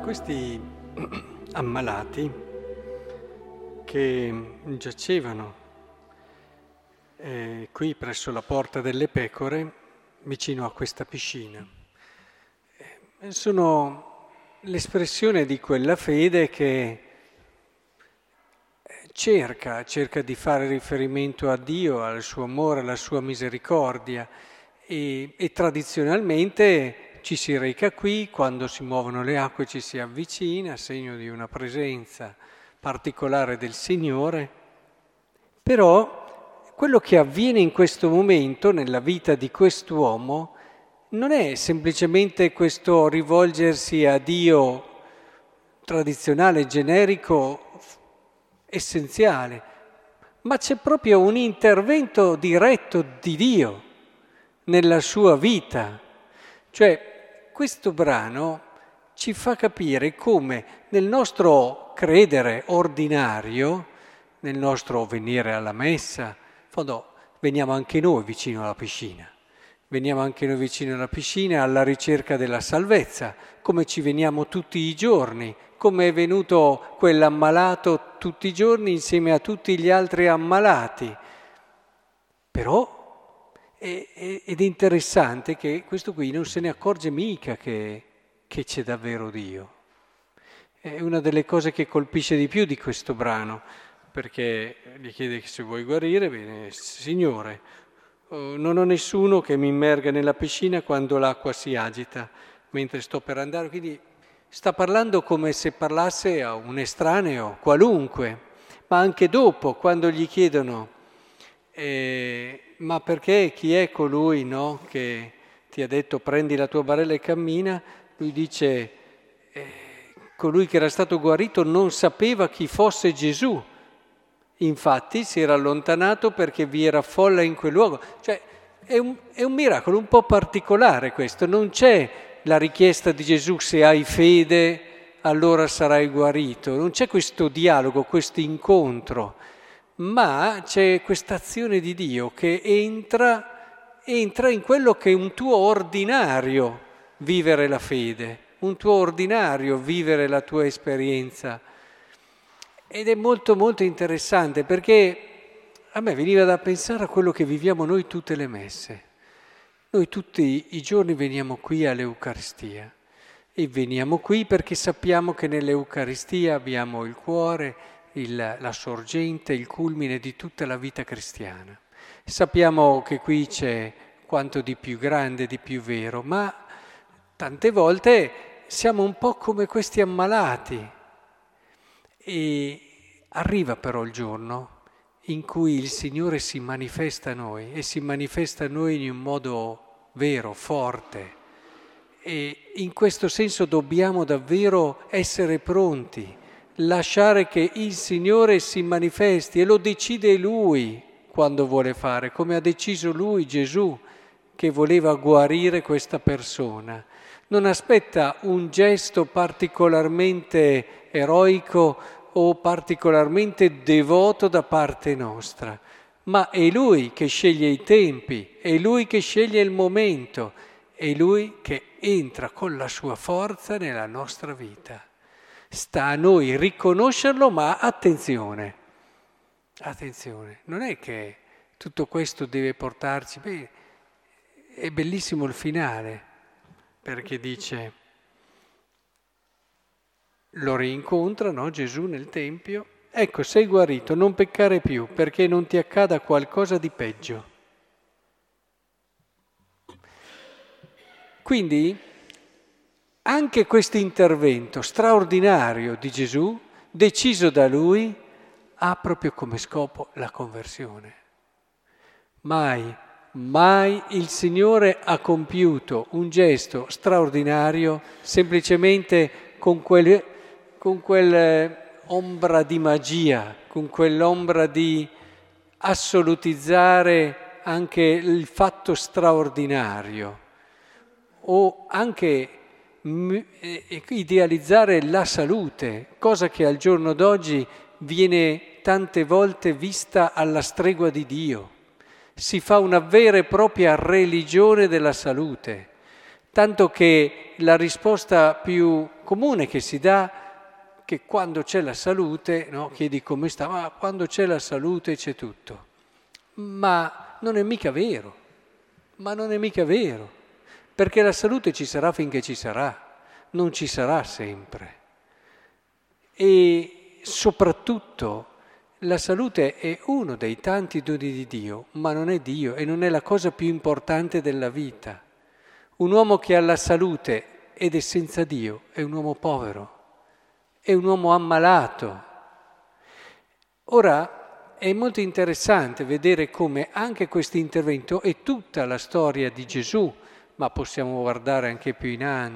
questi ammalati che giacevano qui presso la Porta delle Pecore, vicino a questa piscina, sono l'espressione di quella fede che cerca di fare riferimento a Dio, al suo amore, alla sua misericordia e tradizionalmente ci si reca qui, quando si muovono le acque ci si avvicina, segno di una presenza particolare del Signore. Però quello che avviene in questo momento nella vita di quest'uomo non è semplicemente questo rivolgersi a Dio tradizionale, generico, essenziale, ma c'è proprio un intervento diretto di Dio nella sua vita. Cioè, questo brano ci fa capire come nel nostro credere ordinario, nel nostro venire alla messa, in fondo veniamo anche noi vicino alla piscina. Veniamo anche noi vicino alla piscina alla ricerca della salvezza, come ci veniamo tutti i giorni, come è venuto quell'ammalato tutti i giorni insieme a tutti gli altri ammalati. Però ed è interessante che questo qui non se ne accorge mica che c'è davvero Dio. È una delle cose che colpisce di più di questo brano, perché gli chiede che se vuoi guarire, bene, Signore, non ho nessuno che mi immerga nella piscina quando l'acqua si agita, mentre sto per andare, quindi sta parlando come se parlasse a un estraneo qualunque, ma anche dopo, quando gli chiedono ma perché chi è colui, no, che ti ha detto prendi la tua barella e cammina, lui dice colui che era stato guarito non sapeva chi fosse Gesù, infatti si era allontanato perché vi era folla in quel luogo. Cioè è un miracolo un po' particolare questo, non c'è la richiesta di Gesù se hai fede allora sarai guarito, non c'è questo dialogo, questo incontro, ma c'è questa azione di Dio che entra in quello che è un tuo ordinario vivere la fede, un tuo ordinario vivere la tua esperienza. Ed è molto molto interessante perché a me veniva da pensare a quello che viviamo noi tutte le messe. Noi tutti i giorni veniamo qui all'Eucaristia e veniamo qui perché sappiamo che nell'Eucaristia abbiamo il cuore, la sorgente, il culmine di tutta la vita cristiana. Sappiamo che qui c'è quanto di più grande, di più vero, ma tante volte siamo un po' come questi ammalati. E arriva però il giorno in cui il Signore si manifesta a noi e si manifesta a noi in un modo vero, forte. E in questo senso dobbiamo davvero essere pronti, lasciare che il Signore si manifesti e lo decide Lui quando vuole fare, come ha deciso Lui, Gesù, che voleva guarire questa persona. Non aspetta un gesto particolarmente eroico o particolarmente devoto da parte nostra, ma è Lui che sceglie i tempi, è Lui che sceglie il momento, è Lui che entra con la sua forza nella nostra vita. Sta a noi riconoscerlo, ma attenzione, non è che tutto questo deve portarci, è bellissimo il finale, perché dice, lo rincontra, no, Gesù nel Tempio, ecco sei guarito, non peccare più perché non ti accada qualcosa di peggio. Quindi anche questo intervento straordinario di Gesù, deciso da Lui, ha proprio come scopo la conversione. Mai il Signore ha compiuto un gesto straordinario semplicemente con quell'ombra di magia, con quell'ombra di assolutizzare anche il fatto straordinario o anche idealizzare la salute, cosa che al giorno d'oggi viene tante volte vista alla stregua di Dio. Si fa una vera e propria religione della salute, tanto che la risposta più comune che si dà, che quando c'è la salute, no, chiedi come sta, ma quando c'è la salute c'è tutto. Ma non è mica vero, perché la salute ci sarà finché ci sarà, non ci sarà sempre. E soprattutto la salute è uno dei tanti doni di Dio, ma non è Dio e non è la cosa più importante della vita. Un uomo che ha la salute ed è senza Dio è un uomo povero, è un uomo ammalato. Ora è molto interessante vedere come anche questo intervento è tutta la storia di Gesù, ma possiamo guardare anche più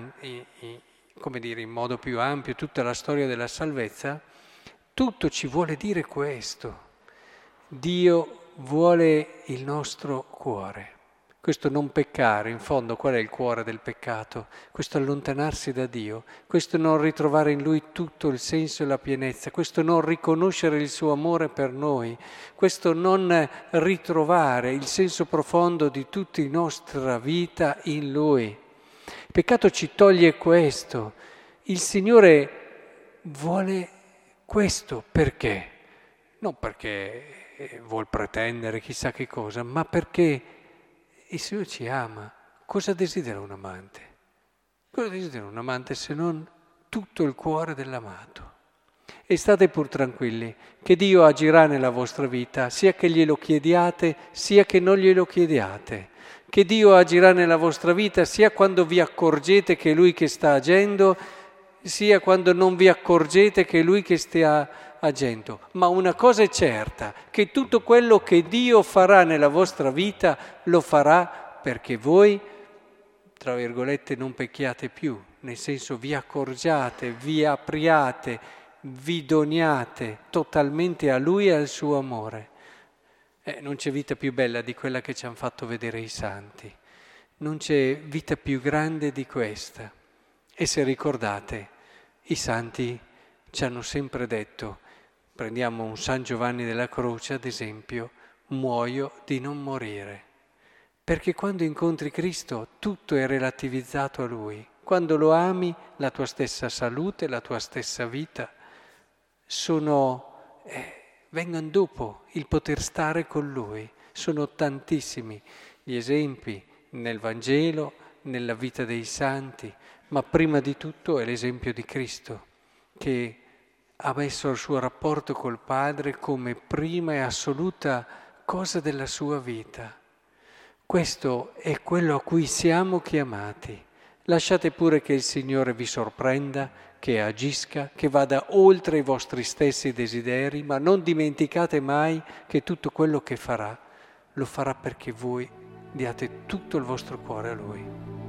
in modo più ampio, tutta la storia della salvezza. Tutto ci vuole dire questo. Dio vuole il nostro cuore. Questo non peccare, in fondo qual è il cuore del peccato? Questo allontanarsi da Dio, questo non ritrovare in Lui tutto il senso e la pienezza, questo non riconoscere il suo amore per noi, questo non ritrovare il senso profondo di tutta la nostra vita in Lui. Il peccato ci toglie questo. Il Signore vuole questo perché? Non perché vuol pretendere chissà che cosa, ma perché il Signore ci ama. Cosa desidera un amante? Cosa desidera un amante se non tutto il cuore dell'amato? E state pur tranquilli che Dio agirà nella vostra vita, sia che glielo chiediate, sia che non glielo chiediate. Che Dio agirà nella vostra vita sia quando vi accorgete che è Lui che sta agendo, sia quando non vi accorgete che è Lui che sta agendo. Ma una cosa è certa, che tutto quello che Dio farà nella vostra vita lo farà perché voi, tra virgolette, non pecchiate più, nel senso vi accorgiate, vi apriate, vi doniate totalmente a Lui e al suo amore. Non c'è vita più bella di quella che ci hanno fatto vedere i santi, non c'è vita più grande di questa. E se ricordate, i santi ci hanno sempre detto, prendiamo un San Giovanni della Croce ad esempio, muoio di non morire, perché quando incontri Cristo tutto è relativizzato a Lui, quando lo ami la tua stessa salute, la tua stessa vita vengono dopo il poter stare con Lui. Sono tantissimi gli esempi nel Vangelo, nella vita dei santi, ma prima di tutto è l'esempio di Cristo, che ha messo il suo rapporto col Padre come prima e assoluta cosa della sua vita. Questo è quello a cui siamo chiamati. Lasciate pure che il Signore vi sorprenda, che agisca, che vada oltre i vostri stessi desideri, ma non dimenticate mai che tutto quello che farà, lo farà perché voi diate tutto il vostro cuore a Lui.